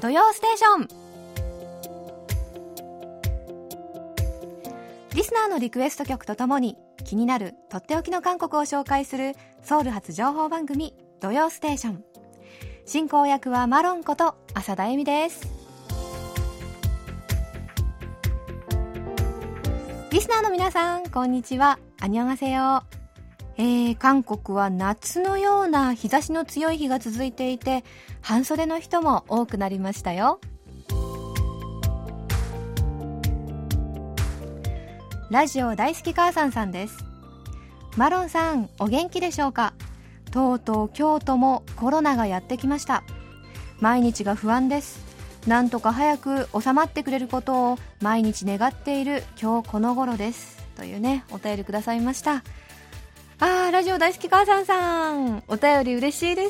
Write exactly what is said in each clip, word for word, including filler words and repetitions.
土曜ステーション。リスナーのリクエスト曲とともに気になるとっておきの韓国を紹介するソウル発情報番組土曜ステーション。進行役はマロンこと浅田恵美です。リスナーの皆さん、こんにちは。アニョンハセヨ。えー、韓国は夏のような日差しの強い日が続いていて、半袖の人も多くなりましたよ。ラジオ大好き母さんさんです。マロンさん、お元気でしょうか。とうとう京都もコロナがやってきました。毎日が不安です。なんとか早く収まってくれることを毎日願っている今日この頃です、というね、お便りくださいました。あー、ラジオ大好き母さんさん、お便り嬉しいです。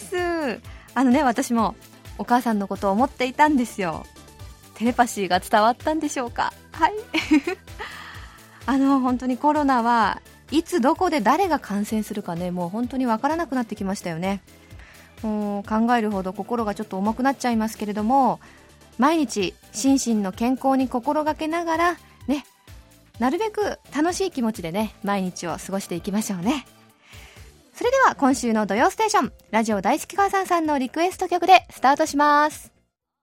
あのね、私もお母さんのことを思っていたんですよ。テレパシーが伝わったんでしょうか。はいあの本当にコロナはいつどこで誰が感染するかね、もう本当にわからなくなってきましたよね。もう考えるほど心がちょっと重くなっちゃいますけれども、毎日心身の健康に心がけながらね、なるべく楽しい気持ちでね、毎日を過ごしていきましょうね。それでは今週の土曜ステーション、ラジオ大好き母さんさんのリクエスト曲でスタートします。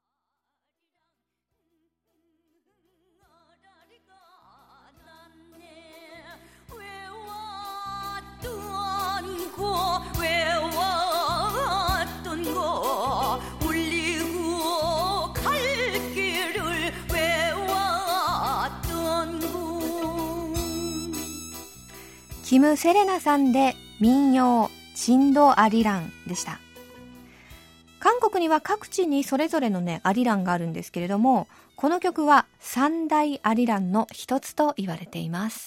キム・セレナさんで民謡チンドアリランでした。韓国には各地にそれぞれのねアリランがあるんですけれども、この曲は三大アリランの一つと言われています。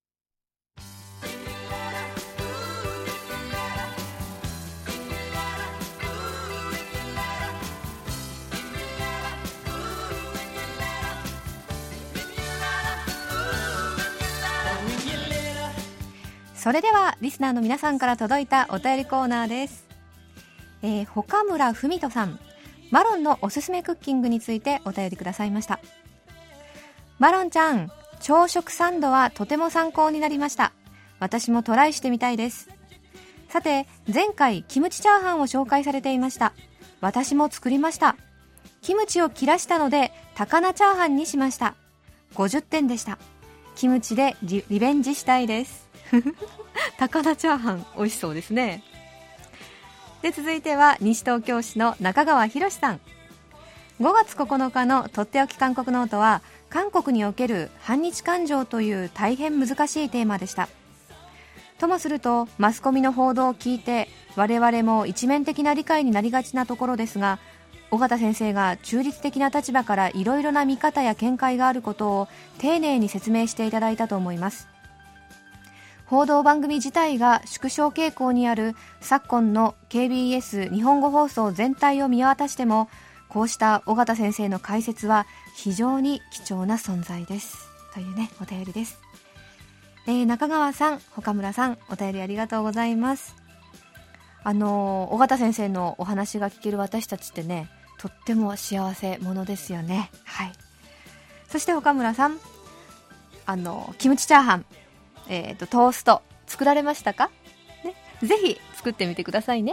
それではリスナーの皆さんから届いたお便りコーナーです。えー、岡村文人さん、マロンのおすすめクッキングについてお便りくださいました。マロンちゃん、朝食サンドはとても参考になりました。私もトライしてみたいです。さて、前回キムチチャーハンを紹介されていました。私も作りました。キムチを切らしたので高菜チャーハンにしました。ごじゅってんでした。キムチで リ, リベンジしたいです高菜チャーハン美味しそうですね。で、続いては西東京市の中川博さん。ごがつここのかのとっておき韓国ノートは、韓国における反日感情という大変難しいテーマでした。ともするとマスコミの報道を聞いて我々も一面的な理解になりがちなところですが、尾形先生が中立的な立場からいろいろな見方や見解があることを丁寧に説明していただいたと思います。報道番組自体が縮小傾向にある昨今の ケービーエス 日本語放送全体を見渡しても、こうした尾形先生の解説は非常に貴重な存在です、というね、お便りです。えー、中川さん、岡村さん、お便りありがとうございます。あのー、尾形先生のお話が聞ける私たちってね、とっても幸せ者ですよね。はい。そして岡村さん、あのキムチチャーハン、えーと、トースト作られましたか、ね、ぜひ作ってみてくださいね。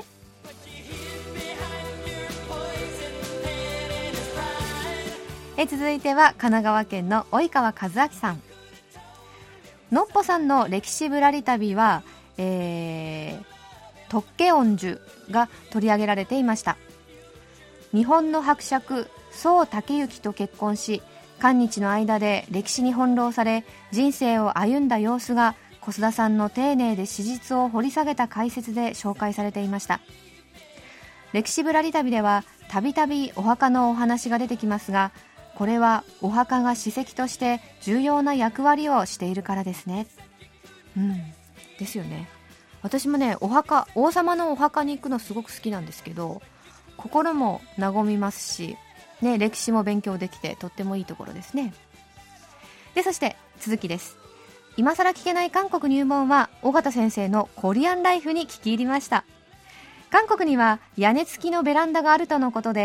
え続いては神奈川県の及川和明さん。のっぽさんの歴史ぶらり旅は、えー、特慶恩樹が取り上げられていました。日本の伯爵宋武之と結婚し、韓日の間で歴史に翻弄され人生を歩んだ様子が小須田さんの丁寧で史実を掘り下げた解説で紹介されていました。歴史ぶらり旅ではたびたびお墓のお話が出てきますが、これはお墓が史跡として重要な役割をしているからですね。うんですよね。私もね、お墓、王様のお墓に行くのすごく好きなんですけど、心も和みますし、ね、歴史も勉強できてとってもいいところですね。で、そして続きです。今更聞けない韓国入門は尾形先生のコリアンライフに聞き入りました。韓国には屋根付きのベランダがあるとのことで、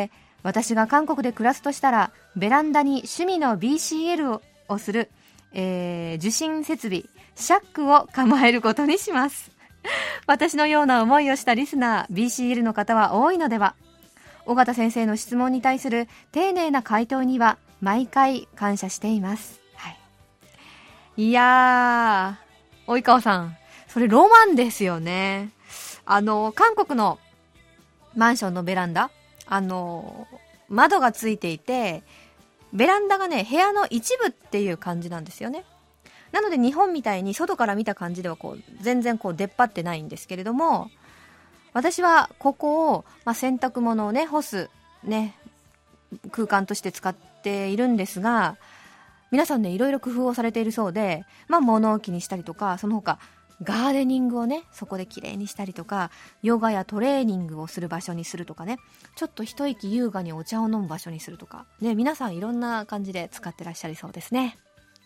私が韓国で暮らすとしたら、ベランダに趣味の ビーシーエル をする、えー、受信設備シャックを構えることにします。私のような思いをしたリスナー ビーシーエル の方は多いのでは。尾形先生の質問に対する丁寧な回答には毎回感謝しています。はい、いやー、及川さん、それロマンですよね。あの韓国のマンションのベランダ、あの窓がついていて、ベランダがね部屋の一部っていう感じなんですよね。なので日本みたいに外から見た感じではこう全然こう出っ張ってないんですけれども、私はここを、まあ、洗濯物をね干すね空間として使っているんですが、皆さんねいろいろ工夫をされているそうで、まあ、物置にしたりとか、その他ガーデニングをねそこできれいにしたりとか、ヨガやトレーニングをする場所にするとかね、ちょっと一息優雅にお茶を飲む場所にするとかね、皆さんいろんな感じで使ってらっしゃりそうですね。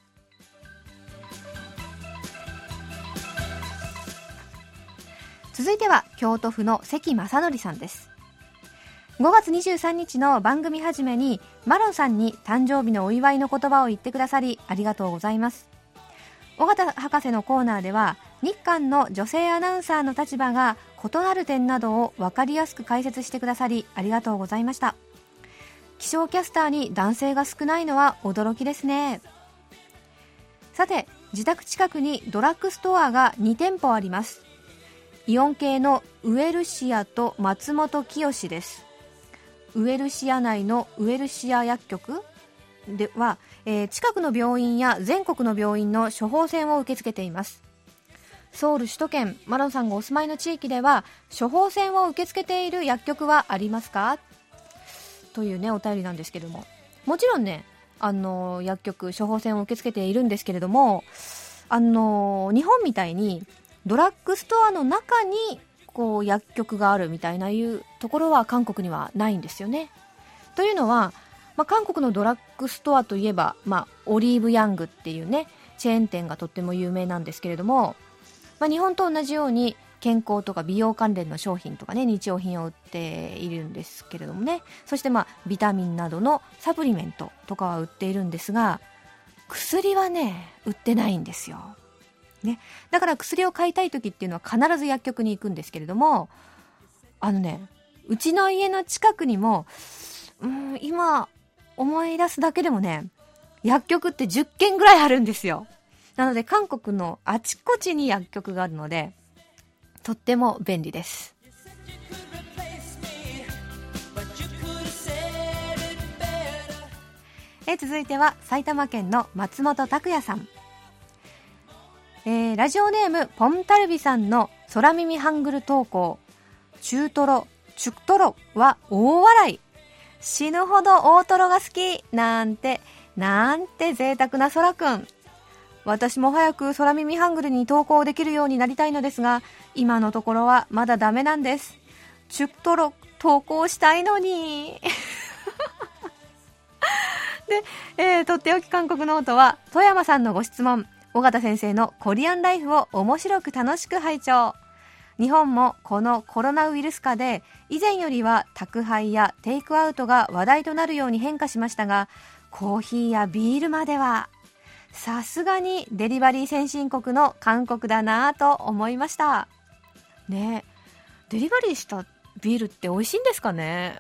続いては京都府の関正則さんです。ごがつにじゅうさんにちの番組始めにマロンさんに誕生日のお祝いの言葉を言ってくださりありがとうございます。尾形博士のコーナーでは日韓の女性アナウンサーの立場が異なる点などを分かりやすく解説してくださりありがとうございました。気象キャスターに男性が少ないのは驚きですね。さて、自宅近くにドラッグストアがにてんぽあります。イオン系のウエルシアと松本清です。ウエルシア内のウエルシア薬局では、えー、近くの病院や全国の病院の処方箋を受け付けています。ソウル首都圏、マロンさんがお住まいの地域では処方箋を受け付けている薬局はありますか、というねお便りなんですけども、もちろんねあの薬局処方箋を受け付けているんですけれども、あの日本みたいにドラッグストアの中にこう薬局があるみたいないうところは韓国にはないんですよね。というのは、まあ、韓国のドラッグストアといえば、まあ、オリーブヤングっていうねチェーン店がとっても有名なんですけれども、まあ、日本と同じように健康とか美容関連の商品とかね日用品を売っているんですけれどもね、そしてまあビタミンなどのサプリメントとかは売っているんですが、薬はね売ってないんですよね。だから薬を買いたい時っていうのは必ず薬局に行くんですけれども、あのねうちの家の近くにもうーん今思い出すだけでもね薬局ってじゅっけんぐらいあるんですよ。なので韓国のあちこちに薬局があるのでとっても便利です。え続いては埼玉県の松本拓也さん。えー、ラジオネームポンタルビさんの空耳ハングル投稿、中トロチュクトロは大笑い、死ぬほど大トロが好きなんてなんて贅沢な空くん。私も早く空耳ハングルに投稿できるようになりたいのですが、今のところはまだダメなんです。チュクトロ投稿したいのにで、えー、とっておき韓国ノートは富山さんのご質問、尾形先生のコリアンライフを面白く楽しく拝聴。日本もこのコロナウイルス禍で以前よりは宅配やテイクアウトが話題となるように変化しましたが、コーヒーやビールまではさすがにデリバリー先進国の韓国だなと思いましたね。デリバリーしたビールって美味しいんですかね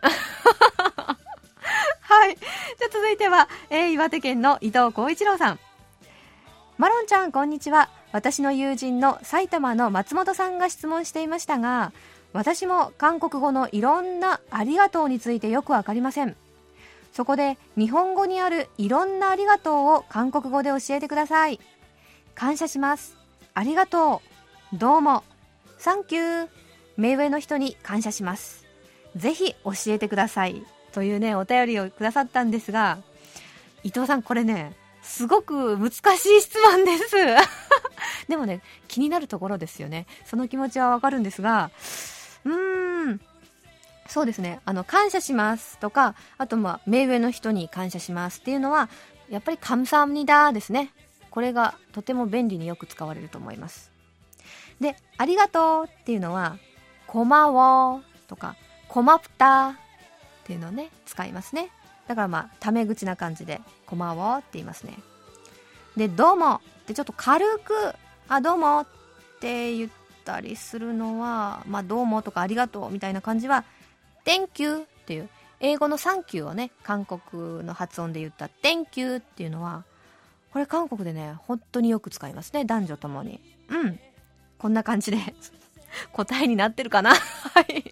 はい、じゃあ続いては、えー、岩手県の伊藤浩一郎さん。マロンちゃんこんにちは。私の友人の埼玉の松本さんが質問していましたが、私も韓国語のいろんなありがとうについてよくわかりません。そこで日本語にあるいろんなありがとうを韓国語で教えてください。感謝します、ありがとう、どうも、サンキュー、目上の人に感謝します、ぜひ教えてください、というねお便りをくださったんですが、伊藤さんこれねすごく難しい質問ですでもね気になるところですよね。その気持ちはわかるんですが、うーんそうですね、あの感謝しますとか、あとまあ目上の人に感謝しますっていうのはやっぱりカムサハムニダですね。これがとても便利によく使われると思います。で、ありがとうっていうのはコマワとかコマプタっていうのをね使いますね。だからまあタメ口な感じでこんばんはって言いますね。でどうもってちょっと軽くあどうもって言ったりするのは、まあどうもとかありがとうみたいな感じは Thank you っていう英語のサンキューをね韓国の発音で言った Thank you っていうのはこれ韓国でね本当によく使いますね、男女ともに。うんこんな感じで答えになってるかなはい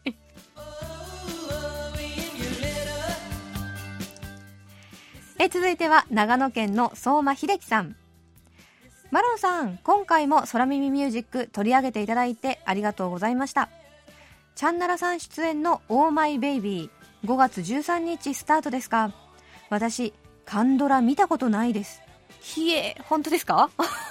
え続いては長野県の相馬秀樹さん。マロンさん、今回も空耳ミュージック取り上げていただいてありがとうございました。チャンナラさん出演のオーマイベイビーごがつじゅうさんにちスタートですか。私カンドラ見たことないです。ひえ本当ですか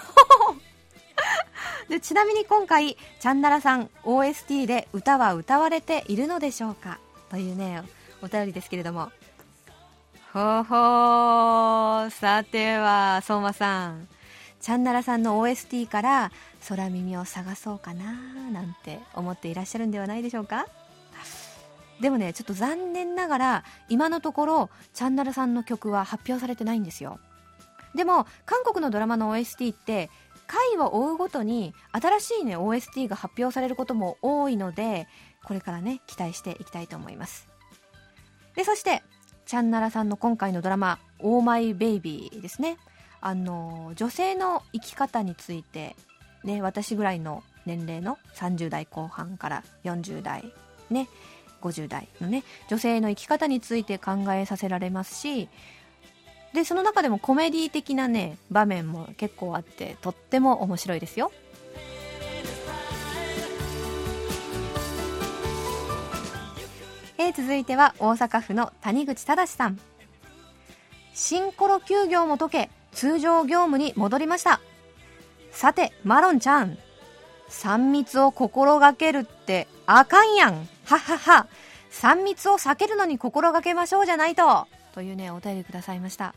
でちなみに今回チャンナラさん オーエスティー で歌は歌われているのでしょうかというねお便りですけれども、ほほーさては相馬さん、チャンナラさんの オーエスティー から空耳を探そうかななんて思っていらっしゃるんではないでしょうか。でもねちょっと残念ながら今のところチャンナラさんの曲は発表されてないんですよ。でも韓国のドラマの オーエスティー って回を追うごとに新しいね オーエスティー が発表されることも多いので、これからね期待していきたいと思います。でそしてチャンナラさんの今回のドラマオーマイベイビーですね、あの女性の生き方についてね、私ぐらいの年齢のさんじゅうだいこう半からよんじゅうだいねごじゅうだいのね女性の生き方について考えさせられますし、でその中でもコメディ的なね場面も結構あってとっても面白いですよ。えー、続いては大阪府の谷口忠さん。シンコロ休業も解け通常業務に戻りました。さてマロンちゃん、さん密を心がけるってあかんやんははは。さん密を避けるのに心がけましょうじゃないとというねお便りくださいました。は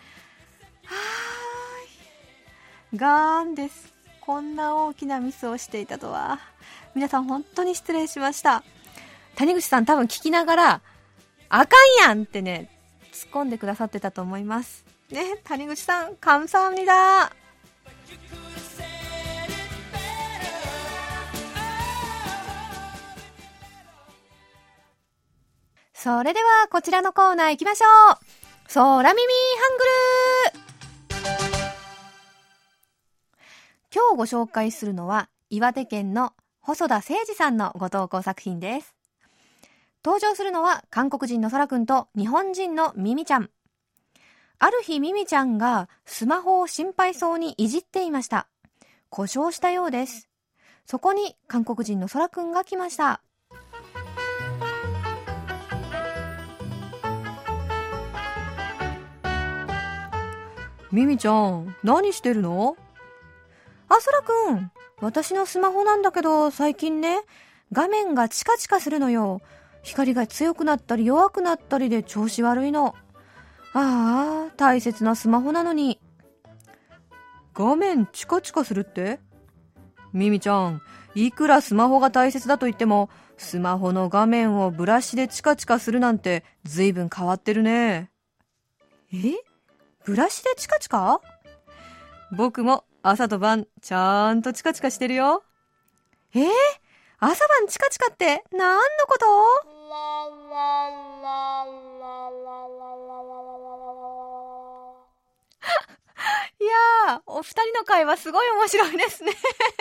ーいガーンです。こんな大きなミスをしていたとは。皆さん本当に失礼しました。谷口さん多分聞きながらあかんやんってね突っ込んでくださってたと思いますね。谷口さん감사합니다。それではこちらのコーナー行きましょう。空耳ハングル。今日ご紹介するのは岩手県の細田誠二さんのご投稿作品です。登場するのは韓国人のそらくんと日本人のミミちゃん。ある日ミミちゃんがスマホを心配そうにいじっていました。故障したようです。そこに韓国人のそらくんが来ました。ミミちゃん何してるの？あ、そらくん、私のスマホなんだけど最近ね画面がチカチカするのよ。光が強くなったり弱くなったりで調子悪いの。ああ、大切なスマホなのに。画面チカチカするって？ミミちゃん、いくらスマホが大切だと言ってもスマホの画面をブラシでチカチカするなんてずいぶん変わってるね。え？ブラシでチカチカ？僕も朝と晩ちゃんとチカチカしてるよ。えー、朝晩チカチカって何のこと？いやー、お二人の会話すごい面白いですね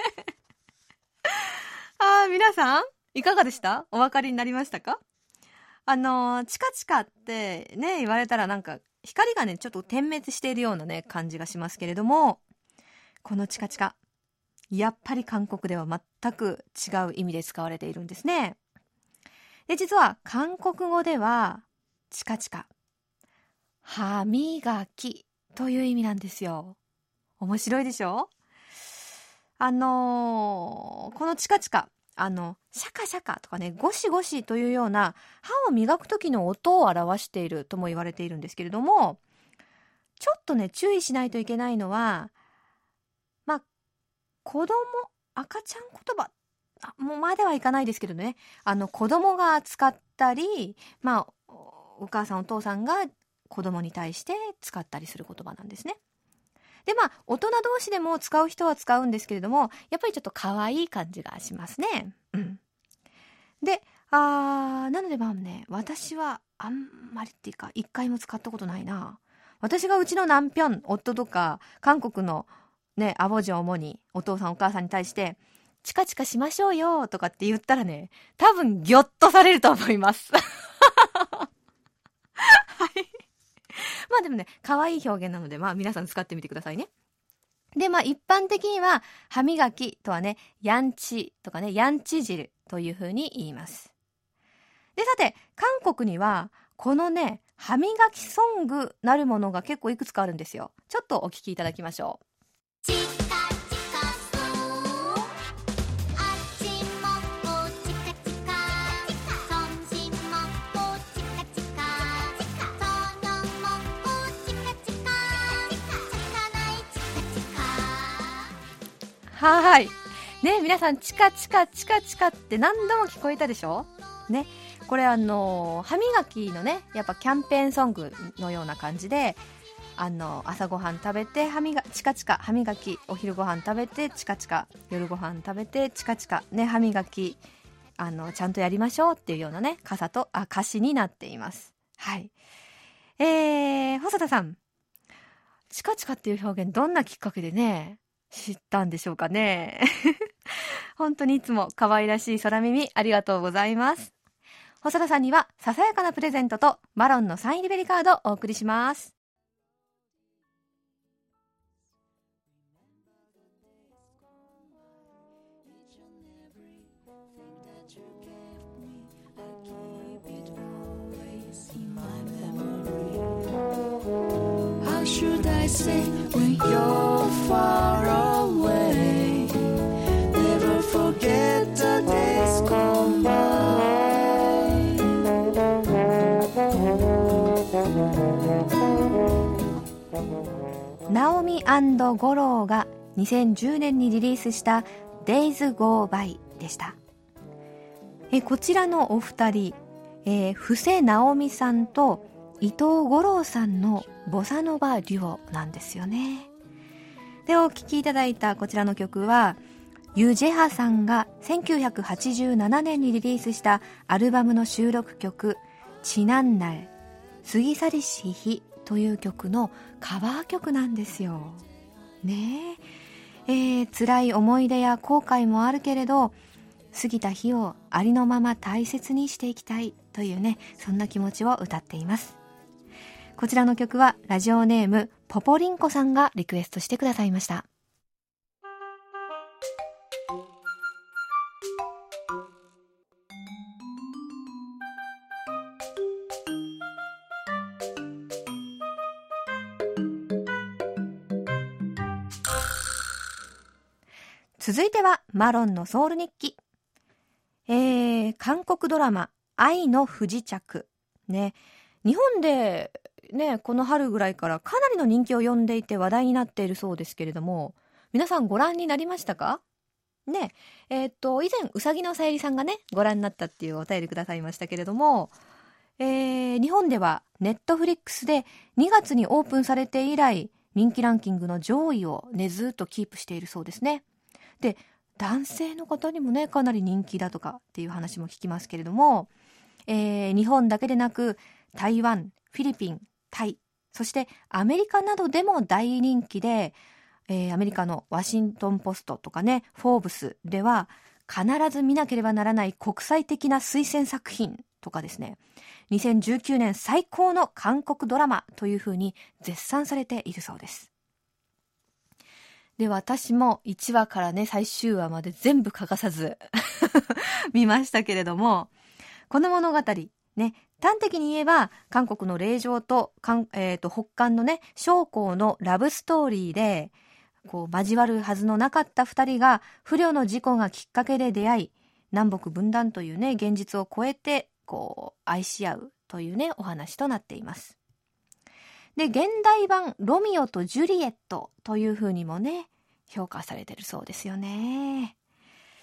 あー、皆さんいかがでした？お分かりになりましたか？あのー、チカチカってね言われたらなんか光がねちょっと点滅しているようなね感じがしますけれども、このチカチカやっぱり韓国では全く違う意味で使われているんですね。で実は韓国語ではチカチカ歯磨きという意味なんですよ。面白いでしょ？あのー、このチカチカあのシャカシャカとかねゴシゴシというような歯を磨く時の音を表しているとも言われているんですけれども、ちょっとね注意しないといけないのは、まあ子供赤ちゃん言葉あもうまではいかないですけどね、あの子供が使ったり、まあお母さんお父さんが子供に対して使ったりする言葉なんですね。でまあ大人同士でも使う人は使うんですけれども、やっぱりちょっと可愛い感じがしますね。うん。で、あーなのでまあね、私はあんまりっていうか一回も使ったことないな。私がうちのナンピョン夫とか韓国のねアボジョ主にお父さんお母さんに対してチカチカしましょうよとかって言ったらね、多分ギョッとされると思いますはいまあでもね、可愛い表現なので、まあ皆さん使ってみてくださいね。で、まあ一般的には、歯磨きとはね、ヤンチとかね、ヤンチ汁という風に言います。で、さて、韓国には、このね、歯磨きソングなるものが結構いくつかあるんですよ。ちょっとお聞きいただきましょう。はい。ね、皆さん、チカチカチカチカって何度も聞こえたでしょね。これあのー、歯磨きのね、やっぱキャンペーンソングのような感じで、あのー、朝ごはん食べて、歯磨き、チカチカ、歯磨き、お昼ごはん食べて、チカチカ、夜ごはん食べて、チカチカ、ね、歯磨き、あの、ちゃんとやりましょうっていうようなね、傘と、あ、歌詞になっています。はい。えー、細田さん。チカチカっていう表現、どんなきっかけでね、知ったんでしょうかね本当にいつも可愛らしい空耳ありがとうございます。細田さんにはささやかなプレゼントとマロンのサイン入りベリカードをお送りします。How should I say when you're far away? Never forget the days gone by. ナオミ&ゴローがにせんじゅうねんにリリースした Days Go By でした。えこちらのお二人、えー、布施直美さんと伊藤五郎さんのボサノバデュオなんですよね。で、お聴きいただいたこちらの曲はユジェハさんがせんきゅうひゃくはちじゅうななねんにリリースしたアルバムの収録曲チナンナル過ぎ去りし日という曲のカバー曲なんですよねえ。えー、辛い思い出や後悔もあるけれど過ぎた日をありのまま大切にしていきたいというね、そんな気持ちを歌っています。こちらの曲はラジオネームポポリンコさんがリクエストしてくださいました。続いてはマロンのソウル日記。えー、韓国ドラマ愛の不時着ね、日本でねこの春ぐらいからかなりの人気を呼んでいて話題になっているそうですけれども、皆さんご覧になりましたかね。えー、っと以前うさぎのさゆりさんがねご覧になったっていうお便りくださいましたけれども、えー、日本ではネットフリックスでにがつにオープンされて以来人気ランキングの上位をねずっとキープしているそうですね。で、男性の方にもねかなり人気だとかっていう話も聞きますけれども、えー、日本だけでなく台湾、フィリピン、タイ、そしてアメリカなどでも大人気で、えー、アメリカのワシントンポストとかねフォーブスでは必ず見なければならない国際的な推薦作品とかですね、にせんじゅうきゅうねん最高の韓国ドラマというふうに絶賛されているそうです。で、私もいちわからね最終話まで全部欠かさず見ましたけれども、この物語ね、端的に言えば韓国の令嬢と、えー、と北韓のね将校のラブストーリーで、こう交わるはずのなかったふたりが不慮の事故がきっかけで出会い、南北分断というね現実を超えてこう愛し合うというねお話となっています。で、現代版ロミオとジュリエットという風にもね評価されてるそうですよね。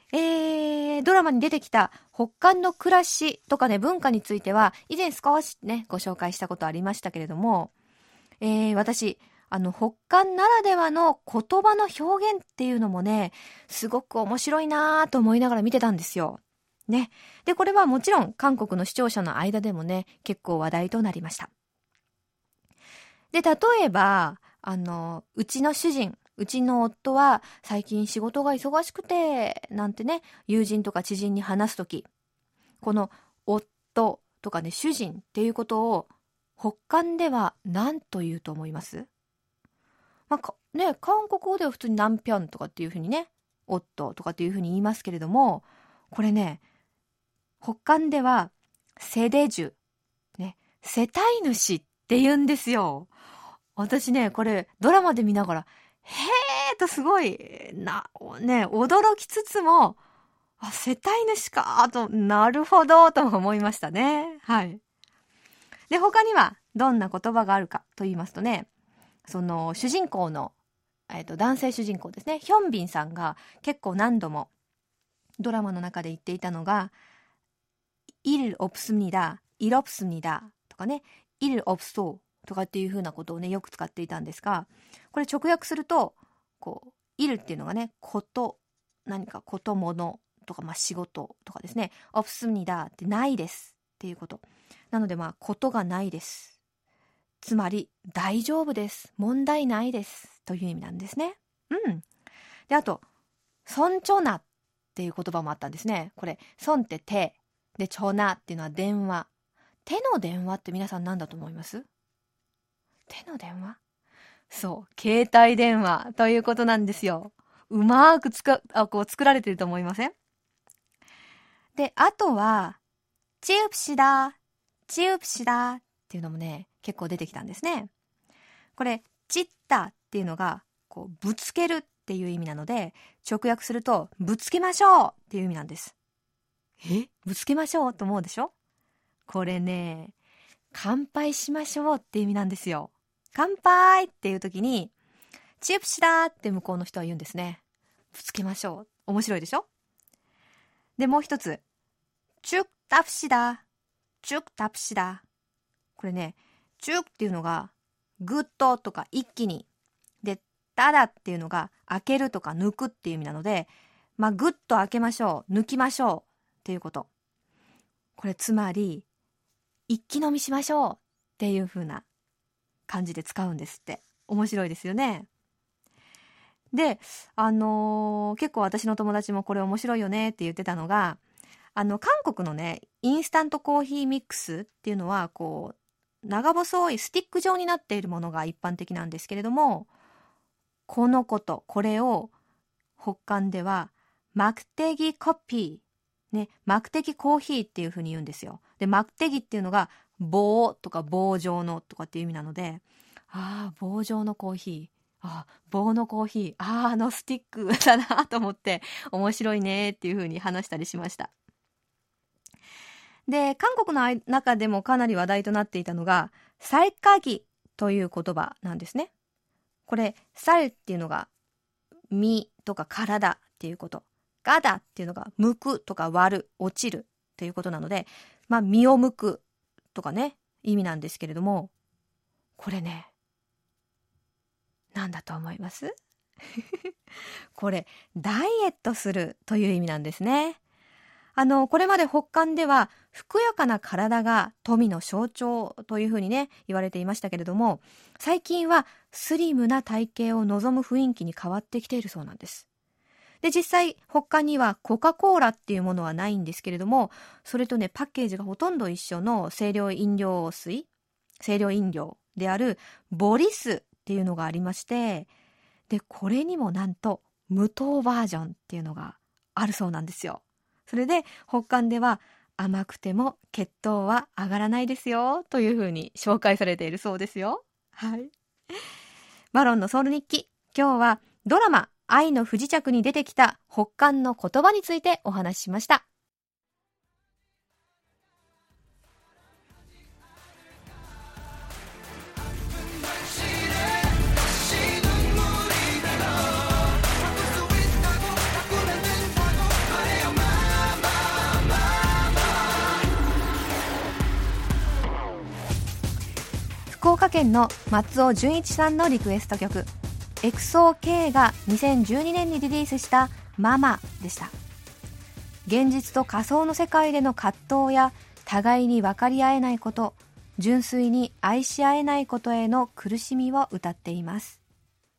えー、ドラマに出てきた北韓の暮らしとかね、文化については以前少しねご紹介したことありましたけれども、えー、私あの北韓ならではの言葉の表現っていうのもね、すごく面白いなと思いながら見てたんですよね。でこれはもちろん韓国の視聴者の間でもね結構話題となりました。で例えばあのうちの主人うちの夫は最近仕事が忙しくてなんてね友人とか知人に話すとき、この夫とかね主人っていうことを北韓では何と言うと思います？まあかね、韓国語では普通にナンピョンとかっていうふうにね、夫とかっていうふうに言いますけれども、これね北韓ではセデジュ、ね、世帯主って言うんですよ。私ねこれドラマで見ながらへーとすごいな、ね、驚きつつも、あ、世帯主かと、なるほどと思いましたね。はい。で、他にはどんな言葉があるかと言いますとね、その主人公の、えっと、男性主人公ですね、ヒョンビンさんが結構何度もドラマの中で言っていたのが、일 없습니다、일 없습니다とかね、일 없소とかっていう風なことをねよく使っていたんですが、これ直訳するとこういるっていうのがねこと、何かことものとか、まあ、仕事とかですね。オプスミダってないですっていうことなので、まあことがないです、つまり大丈夫です、問題ないですという意味なんですね。うんであとソンチョナっていう言葉もあったんですね。これソンって手でチョナっていうのは電話。手の電話って皆さん何だと思います？手の電話？そう、携帯電話ということなんですよ。うまーくつかあこう作られてると思いません？で、あとはチウプシダチウプシダっていうのもね結構出てきたんですね。これチッタっていうのがこうぶつけるっていう意味なので、直訳するとぶつけましょうっていう意味なんです。え？ぶつけましょうと思うでしょ？これね乾杯しましょうって意味なんですよ。乾杯っていう時にチュープシダーって向こうの人は言うんですね。ぶつけましょう。面白いでしょ？でもう一つチュクタプシダーチュクタプシダー、これねチュクっていうのがグッととか一気にで、タダっていうのが開けるとか抜くっていう意味なので、まあグッと開けましょう、抜きましょうっていうこと。これつまり一気飲みしましょうっていう風な感じで使うんですって。面白いですよね。で、あのー、結構私の友達もこれ面白いよねって言ってたのが、あの韓国のねインスタントコーヒーミックスっていうのはこう長細いスティック状になっているものが一般的なんですけれども、このことこれを北韓ではマクテギコピーね、マクテギコーヒーっていう風に言うんですよ。でマクテギっていうのが棒とか棒状のとかっていう意味なので、ああ棒状のコーヒー、あ棒のコーヒー、あああのスティックだなと思って面白いねっていう風に話したりしました。で韓国の中でもかなり話題となっていたのがサルカギという言葉なんですね。これサルっていうのが身とか体っていうこと、ガダっていうのが剥くとか割る落ちるっていうことなので、まあ身を剥くとかね意味なんですけれども、これね何だと思いますこれダイエットするという意味なんですね。あのこれまで北韓ではふくよかな体が富の象徴というふうにね言われていましたけれども、最近はスリムな体型を望む雰囲気に変わってきているそうなんです。で実際北韓にはコカ・コーラっていうものはないんですけれども、それとねパッケージがほとんど一緒の清涼飲料水清涼飲料であるボリスっていうのがありまして、でこれにもなんと無糖バージョンっていうのがあるそうなんですよ。それで北韓では甘くても血糖は上がらないですよというふうに紹介されているそうですよ。はい。マロンのソウル日記、今日はドラマ愛の不時着に出てきた北韓の言葉についてお話ししました。 岡県の松尾純一さんのリクエスト曲、エクソー K がにせんじゅうにねんにリリースしたママでした。現実と仮想の世界での葛藤や互いに分かり合えないこと、純粋に愛し合えないことへの苦しみを歌っています。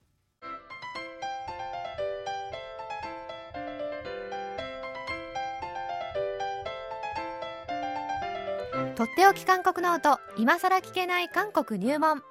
とっておき韓国ノート、今さら聞けない韓国入門。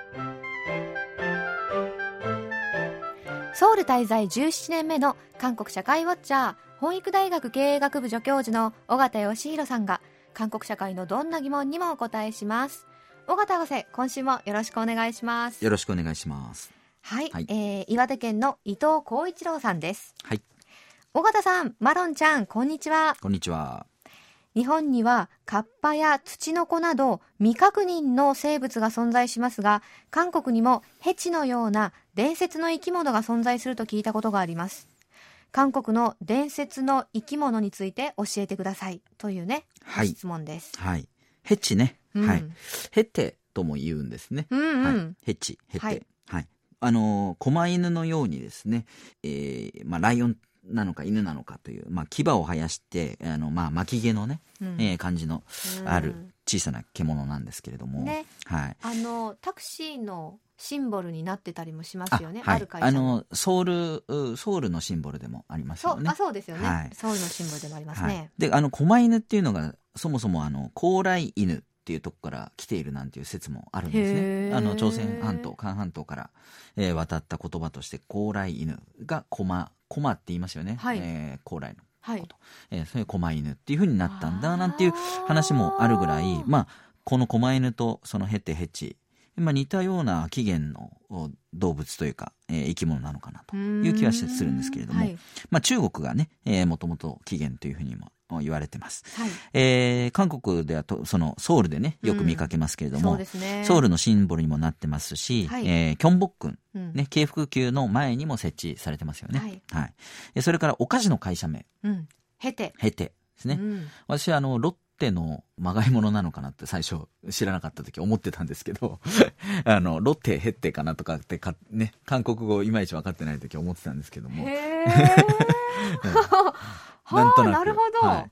ソウル滞在じゅうななねんめの韓国社会ウォッチャー、本育大学経営学部助教授の尾形義弘さんが韓国社会のどんな疑問にもお答えします。尾形博士、今週もよろしくお願いします。 よろしくお願いします。 はい、はい、えー、岩手県の伊藤浩一郎さんです。 はい。 尾形さん、マロンちゃん、こんにちは。 こんにちは。 日本にはカッパやツチノコなど未確認の生物が存在しますが、韓国にもヘチのような伝説の生き物が存在すると聞いたことがあります。韓国の伝説の生き物について教えてくださいというね、はい、質問です。 はい。ヘチね、 うん、 はい。ヘテとも言うんですね。 うんうん、 はい、ヘチ、ヘテ、はい、はい。あの狛犬のようにですね、えー、まあライオンなのか犬なのかという、まあ、牙を生やしてあの、まあ、巻き毛のね、うん、えー、感じのある小さな獣なんですけれども、ね、はい、 あのタクシーのシンボルになってたりもしますよね。 あ,、 はい、 ある会社あのソウルソウルのシンボルでもありますよね。 そう、あ、そうですよね、 はい、 ソウルのシンボルでもありますね。はい、 であの狛犬っていうのがそもそもあの高麗犬っていうとこから来ているなんていう説もあるんですね。あの朝鮮半島韓半島から、えー、渡った言葉として高麗犬が狛狛って言いますよね、はい、えー、高麗のこと、はい、えー、そういう狛犬っていう風になったんだなんていう話もあるぐらい、まあ、この狛犬とそのヘテヘチ、まあ、似たような起源の動物というか、えー、生き物なのかなという気はするんですけれども、はい、まあ、中国がね、えー、もともと起源というふうにも言われてます。はい、えー、韓国ではとそのソウルでねよく見かけますけれども、うん、そうですね、ソウルのシンボルにもなってますし、はい、えー、キョンボックン、うんね、京福宮の前にも設置されてますよね。はいはい、それからお菓子の会社名、うん、ヘテヘテですね。うん、私はあのロッテのまがいものなのかなって最初知らなかった時思ってたんですけどあのロッテヘッテかなとかってか、ね、韓国語いまいち分かってない時思ってたんですけども、へなんとなく、なるほど、はい、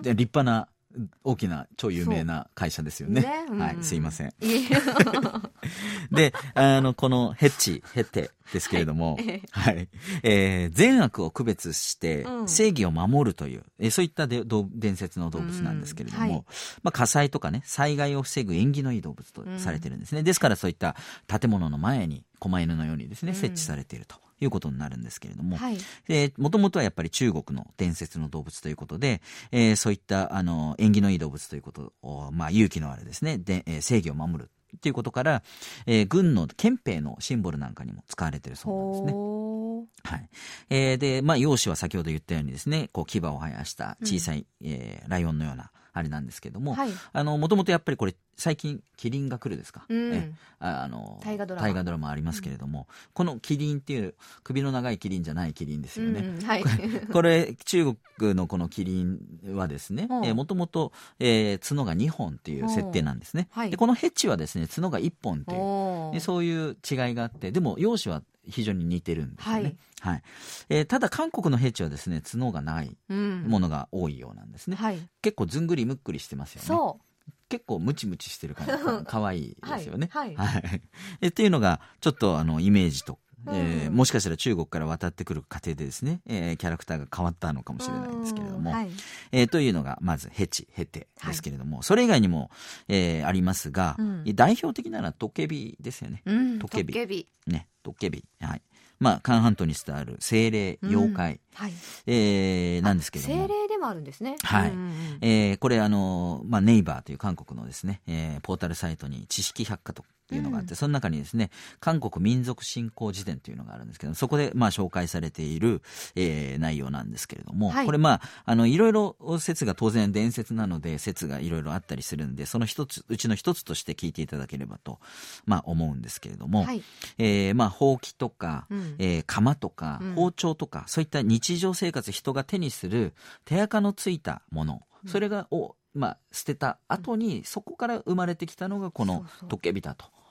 で立派な大きな超有名な会社ですよね。ね、うん、はい、すいません。で、あのこのヘッチヘッテですけれども、はいはい、えー、善悪を区別して正義を守るという、うん、えそういったで伝説の動物なんですけれども、うんはい、まあ、火災とかね災害を防ぐ縁起のいい動物とされてるんですね。うん、ですからそういった建物の前に狛犬のようにですね、うん、設置されているということになるんですけれども、はい、もともとはやっぱり中国の伝説の動物ということで、えー、そういったあの縁起のいい動物ということを、まあ、勇気のあるですねで、えー、正義を守るということから、えー、軍の憲兵のシンボルなんかにも使われているそうなんですね。はい、えー、で、まあ、容姿は先ほど言ったようにですね、こう牙を生やした小さい、うん、えー、ライオンのようなあれなんですけども、はい、あのもともとやっぱりこれ最近キリンが来るですか、うん、えあの大河ドラマ、大河ドラマありますけれども、うん、このキリンっていう首の長いキリンじゃないキリンですよね。うん、はい、これ中国のこのキリンはですね、もともと角がにほんっていう設定なんですね。はい、でこのヘッチはですね角がいっぽんっていうでそういう違いがあって、でも容姿は非常に似てるんですよね。はいはい、えー、ただ韓国のヘッチはですね角がないものが多いようなんですね。うんはい、結構ずんぐりむっくりしてますよね。そう結構ムチムチしてる感じかわいいですよね。はいはいはい、えっていうのがちょっとあのイメージと、えー、もしかしたら中国から渡ってくる過程でですね、えー、キャラクターが変わったのかもしれないんですけれども、はい、えー、というのがまずヘチヘテですけれども、はい、それ以外にも、えー、ありますが、うん、代表的なのはトケビですよね。うん、トケビ、トケビね、トケビ、はい、まあ、韓半島に伝わる精霊妖怪、うんはい、えー、なんですけれども、 精霊でもあるんですね。 はい、うんうん、えー、これあの、まあ、ネイバーという韓国のですね、えー、ポータルサイトに知識百科とというのがあって、うん、その中にですね韓国民族振興辞典というのがあるんですけど、そこでまあ紹介されている、えー、内容なんですけれども、はい、これまああのいろいろ説が当然伝説なので説がいろいろあったりするんで、その一つうちの一つとして聞いていただければと、まあ、思うんですけれども、はい、えー、まあほうきとか、うん、えー、鎌とか、うん、包丁とかそういった日常生活人が手にする手垢のついたもの、それがを、まあ、捨てた後にそこから生まれてきたのがこのトケビだと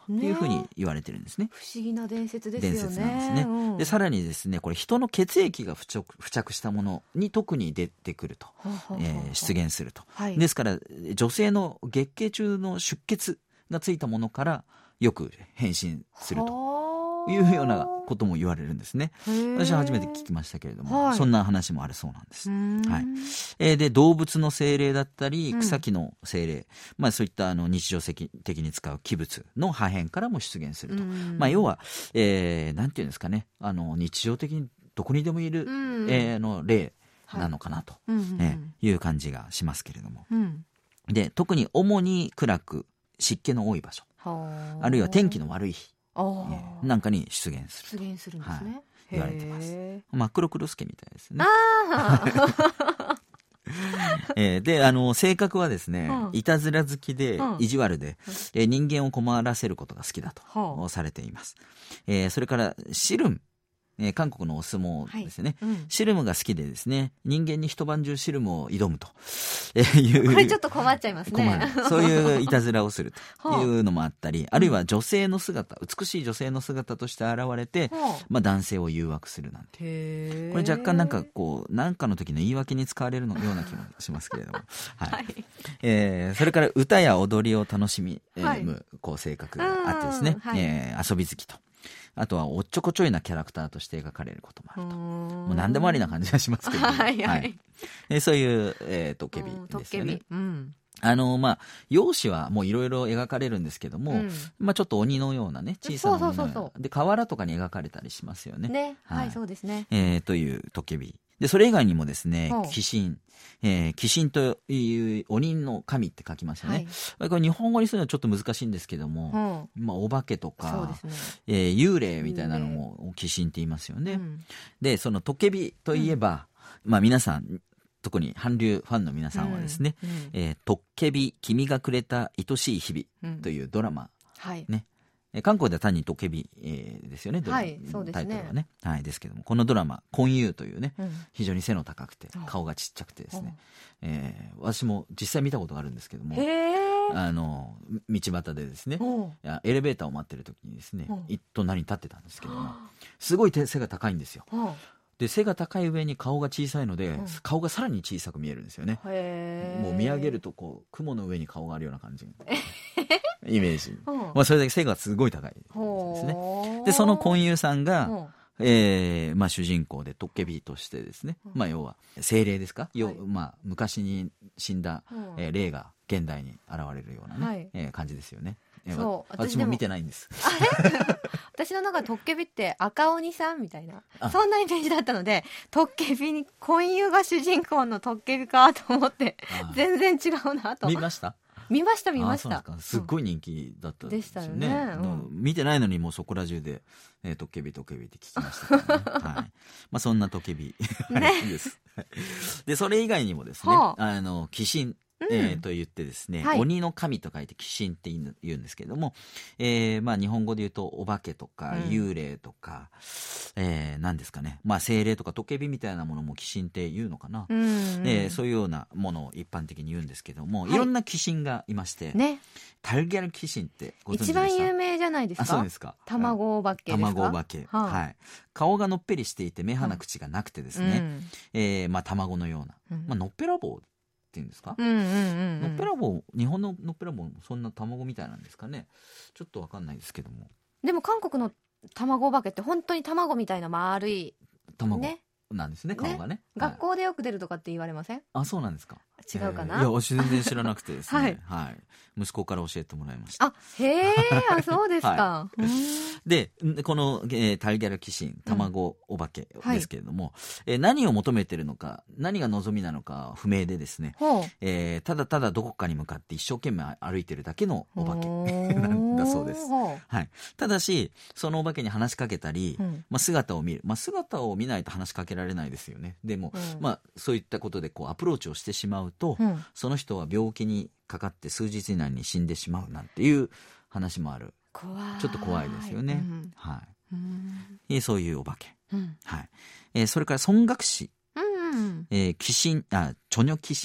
っていうふうに言われてるんですね。 不思議な伝説ですよね。 伝説なんですね。うん、でさらにですね、これ人の血液が付着、付着したものに特に出てくると、ははははえー、出現すると、はい、ですから女性の月経中の出血がついたものからよく変身するというようなことも言われるんですね。私は初めて聞きましたけれども、はい、そんな話もあるそうなんです。はいえー、で動物の精霊だったり草木の精霊、うんまあ、そういったあの日常的に使う器物の破片からも出現すると、まあ、要は、えー、なんていうんですかね、あの日常的にどこにでもいる、うんえー、の霊なのかなと、はいえー、いう感じがしますけれども、うん、で特に主に暗く湿気の多い場所、あるいは天気の悪い日なんかに出現する出現するんですね、はい、 言われてます。真っ黒クロスケみたいですね。 あえー、であの性格はですね、うん、いたずら好きで、うん、意地悪で、えー、人間を困らせることが好きだとされています。えー、それからシルム、えー、韓国のお相撲ですね、はいうん、シルムが好きでですね、人間に一晩中シルムを挑むと、えー、いうこれちょっと困っちゃいますね。 困るそういういたずらをするというのもあったり、あるいは女性の姿、美しい女性の姿として現れて、まあ、男性を誘惑するなんて、これ若干なんかこう何かの時の言い訳に使われるのような気もしますけれども、はいはいえー、それから歌や踊りを楽しみ、えーはい、こう性格があってですね、はいえー、遊び好きと、あとはおっちょこちょいなキャラクターとして描かれることもあると、もう何でもありな感じがしますけど、ねはいはいはいえー、そういう、えー、トッケビですよね。うんあのまあ、容姿はもういろいろ描かれるんですけども、うんまあ、ちょっと鬼のようなね小さな鬼のようなそうそうそうそうで河原とかに描かれたりしますよね。 ねはい、はい、そうですね、 えー、というトッケビで、それ以外にもですね鬼神、えー、鬼神という鬼の神って書きますよね、はい、これ日本語にするのはちょっと難しいんですけども、うんまあ、お化けとかそうですね、えー、幽霊みたいなのも鬼神って言いますよね、うん、でそのトッケビといえば、うんまあ、皆さん特に韓流ファンの皆さんはですね、うんうんえー、トッケビ君がくれた愛しい日々というドラマ、うんはいね、韓国では単にトッケビ、えー、ですよね、はい、そうですねタイトルはね、はい、ですけどもこのドラマ婚友というね、うん、非常に背の高くて顔がちっちゃくてですね、えー、私も実際見たことがあるんですけども、あの道端でですねエレベーターを待ってる時にですね隣に立ってたんですけどもすごい背が高いんですよ。で背が高い上に顔が小さいので、うん、顔がさらに小さく見えるんですよね。もう見上げるとこう雲の上に顔があるような感じイメージ、まあ、それだけ背がすごい高いですね。でその婚友さんが、えーまあ、主人公でトッケビとしてですね、まあ、要は精霊ですか、はい、まあ、昔に死んだ、えー、霊が現代に現れるような、ねはいえー、感じですよね。そう私も見てないんです。 あれ私の中でトッケビって赤鬼さんみたいなそんなイメージだったので、トッケビに婚友が主人公のトッケビかと思って全然違うなと。 見ました見ました見ました。 すっごい人気だったんですよね。 でしたよね、うん、 見てないのにもうそこら中で、えー、トッケビトッケビって聞きましたからね、はいまあ、そんなトッケビですでそれ以外にもですね、はあ、あの鬼神えー、と言ってですね、はい、鬼の神と書いて鬼神って言うんですけれども、えーまあ、日本語で言うとお化けとか幽霊とか、うんえー、何ですかね、まあ、精霊とかトッケビみたいなものも鬼神って言うのかな、うんうんえー、そういうようなものを一般的に言うんですけども、はい、いろんな鬼神がいまして、ね、タルギャル鬼神ってご存知でした？一番有名じゃないですか。 あ、そうですか。 卵お化けですか。 卵お化け、はあはい、顔がのっぺりしていて目鼻口がなくてですね、うんえーまあ、卵のような、うんまあのっぺらぼうっていうんですか、うんうんうんうん、のっぺらぼう、日本ののっぺらぼうもそんな卵みたいなんですかね、ちょっとわかんないですけども。 でも韓国の卵お化けって本当に卵みたいな丸い卵なんですね、顔がね、ね学校でよく出るとかって言われません？ あ、そうなんですか。 違うかな、 えー、いや私全然知らなくてですね、はいはい、息子から教えてもらいました。 あ、へえ、あ、そうですか、はい、 でこの、えー、タルギャル鬼神卵お化けですけれども、うんはいえー、何を求めてるのか何が望みなのか不明でですね、えー、ただただどこかに向かって一生懸命歩いてるだけのお化けなんだそうです、はい、ただしそのお化けに話しかけたり、うんまあ、姿を見る、まあ、姿を見ないと話しかけられないですよね。でも、うんまあ、そういったことでこうアプローチをしてしまうと、うん、その人は病気にかかって数日以内に死んでしまうなんていう話もある。 怖い、 ちょっと怖いですよね、うんはいうん、そういうお化け、うんはいえー、それから尊楽師、うんうんえー、鬼神あ猪女鬼神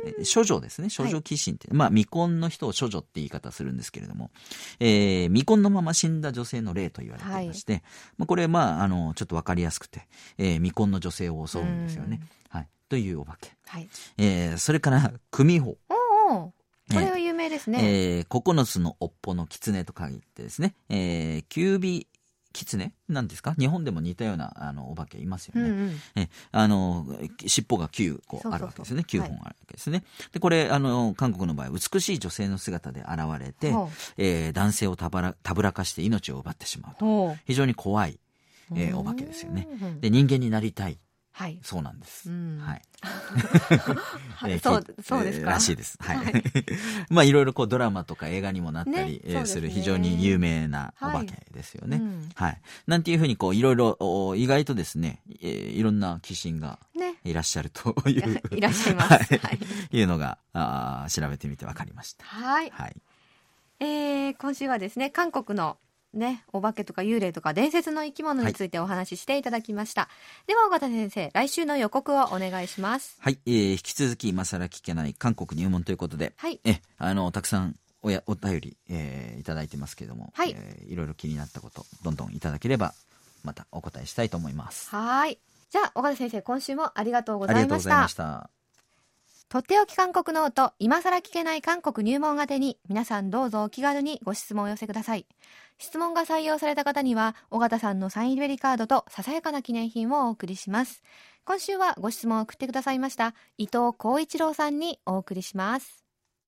処女ですね。処女寄進って、はい、まあ未婚の人を処女って言い方するんですけれども、えー、未婚のまま死んだ女性の霊と言われていまして、はい、まあ、これまああのちょっとわかりやすくて、えー、未婚の女性を襲うんですよね。はい、というお化け。はい、えー、それから組法。 おー、これは有名ですね。 えー、九つの尾っぽの狐と書いてですね、えー、九尾狐なんですか、日本でも似たようなあのお化けいますよね。うんうん、えあの尻尾がきゅうこあるわけですね。きゅうほんあるわけですね。はい、でこれあの韓国の場合美しい女性の姿で現れて、えー、男性をたぶら、たぶらかして命を奪ってしまうと非常に怖い、えー、お化けですよね。で人間になりたい。はい、そうなんです。うん、はい。 えー、そう、そうですか。 らしいです。はい。はい、まあいろいろこうドラマとか映画にもなったり、ね、する非常に有名なお化けですよね。はい。うん、はい、なんていうふうにこういろいろ意外とですね、えー、いろんな鬼神がいらっしゃるという、ね、 いらっしゃいます。はい。はい、 いうのがあ調べてみて分かりました。 はい。はい。えー、今週はですね、韓国のね、お化けとか幽霊とか伝説の生き物についてお話ししていただきました。はい、では尾形先生、来週の予告をお願いします。 はい、えー、引き続き今更聞けない韓国入門ということで、はい、えあのたくさんおやお便り、えー、いただいてますけれども、はい、えー、いろいろ気になったことどんどんいただければまたお答えしたいと思います。 はい、じゃあ尾形先生、今週もありがとうございました。 ありがとうございました。 とっておき韓国ノート、今更聞けない韓国入門宛てに皆さんどうぞお気軽にご質問をお寄せください。質問が採用された方には尾形さんのサイン入りカードとささやかな記念品をお送りします。今週はご質問を送ってくださいました伊藤浩一郎さんにお送りします。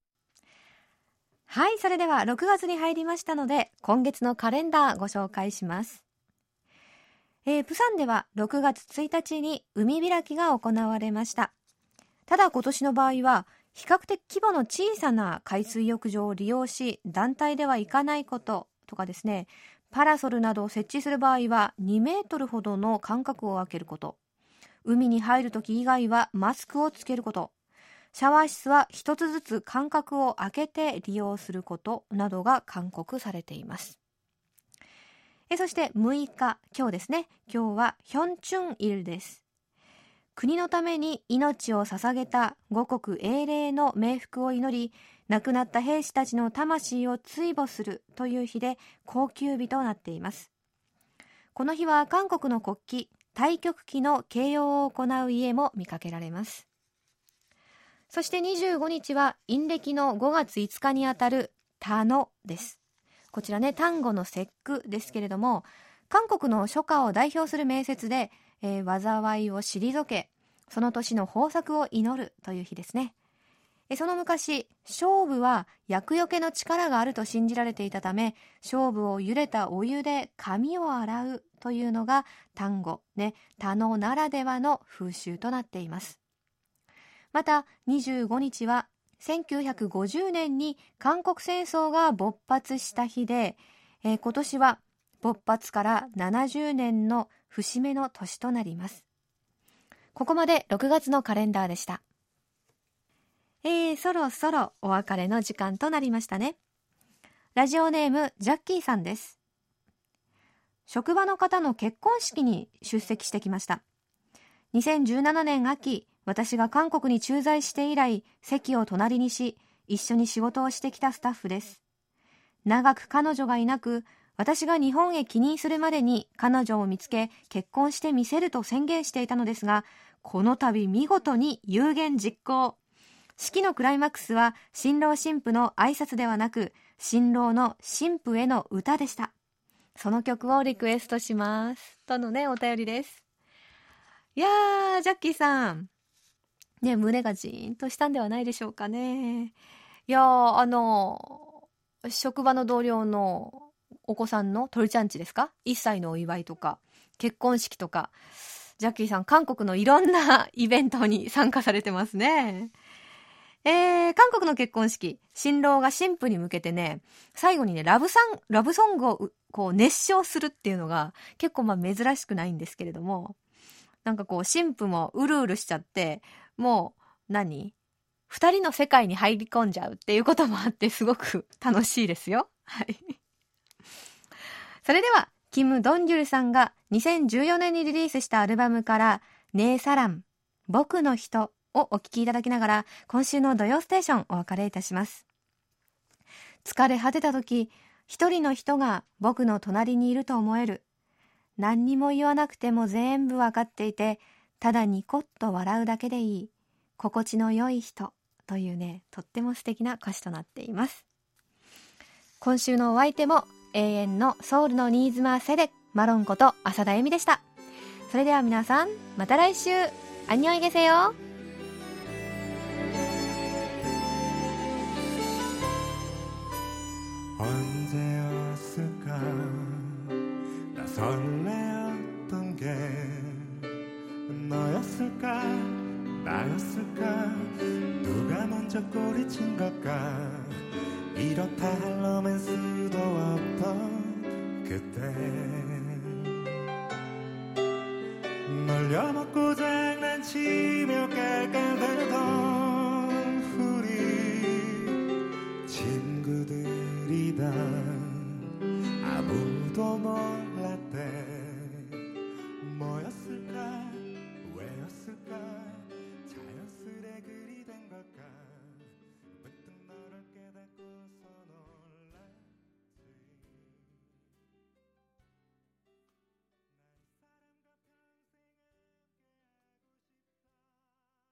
はい、それではろくがつに入りましたので今月のカレンダーご紹介します。えー、プサンではろくがつついたちに海開きが行われました。ただ今年の場合は比較的規模の小さな海水浴場を利用し団体では行かないこととかですね、パラソルなどを設置する場合はにメートルほどの間隔を空けること、海に入るとき以外はマスクをつけること、シャワー室は一つずつ間隔を空けて利用することなどが勧告されています。えそしてむいか、今日ですね、今日はヒョンチュンイルです。国のために命を捧げた五国英霊の冥福を祈り、亡くなった兵士たちの魂を追悼するという日で高級日となっています。この日は韓国の国旗、太極旗の掲揚を行う家も見かけられます。そしてにじゅうごにちは陰暦のごがついつかにあたる田野です。こちらね、端午の節句ですけれども、韓国の初夏を代表する名節で、えー、災いを退け、その年の豊作を祈るという日ですね。えその昔、菖蒲は厄除けの力があると信じられていたため、菖蒲を茹でたお湯で髪を洗うというのが端午、ね、田野ならではの風習となっています。またにじゅうごにちはせんきゅうひゃくごじゅうねんに韓国戦争が勃発した日で、えー、今年は勃発からななじゅうねんの節目の年となります。ここまでろくがつのカレンダーでした。えー、そろそろお別れの時間となりましたね。ラジオネームジャッキーさんです。職場の方の結婚式に出席してきました。にせんじゅうななねん秋、私が韓国に駐在して以来、席を隣にし、一緒に仕事をしてきたスタッフです。長く彼女がいなく、私が日本へ帰任するまでに彼女を見つけ、結婚してみせると宣言していたのですが、この度見事に有言実行。式のクライマックスは、新郎新婦の挨拶ではなく、新郎の新婦への歌でした。その曲をリクエストします。とのね、お便りです。いやー、ジャッキーさん。ね、胸がジーンとしたんではないでしょうかね。いやー、あの、職場の同僚のお子さんのトルチャンチですか？いっさいのお祝いとか、結婚式とか、ジャッキーさん、韓国のいろんなイベントに参加されてますね。えー、韓国の結婚式、新郎が新婦に向けてね、最後にね、ラブサン、ラブソングをこう熱唱するっていうのが結構まあ珍しくないんですけれども、なんかこう新婦もうるうるしちゃって、もう何二人の世界に入り込んじゃうっていうこともあってすごく楽しいですよ。はい。それではキム・ドンギュルさんがにせんじゅうよねんにリリースしたアルバムからネーサラン、僕の人をお聞きいただきながら、今週の土曜ステーションお別れいたします。疲れ果てた時、一人の人が僕の隣にいると思える。何にも言わなくても全部わかっていて、ただニコッと笑うだけでいい。心地の良い人というね、とっても素敵な歌詞となっています。今週のお相手も永遠のソウルの新妻セレマロンこと浅田恵美でした。それでは皆さん、また来週。アンニョイゲセヨ。 언제였을까 나 설레었던 게 너였을까 나였을까 누가 먼저 꼬리친 걸까 이렇다 할 로맨스도 없던 그때 놀려먹고 장난치며 깔깔대던 우리 친구들이다 아무도 몰랐대 뭐였어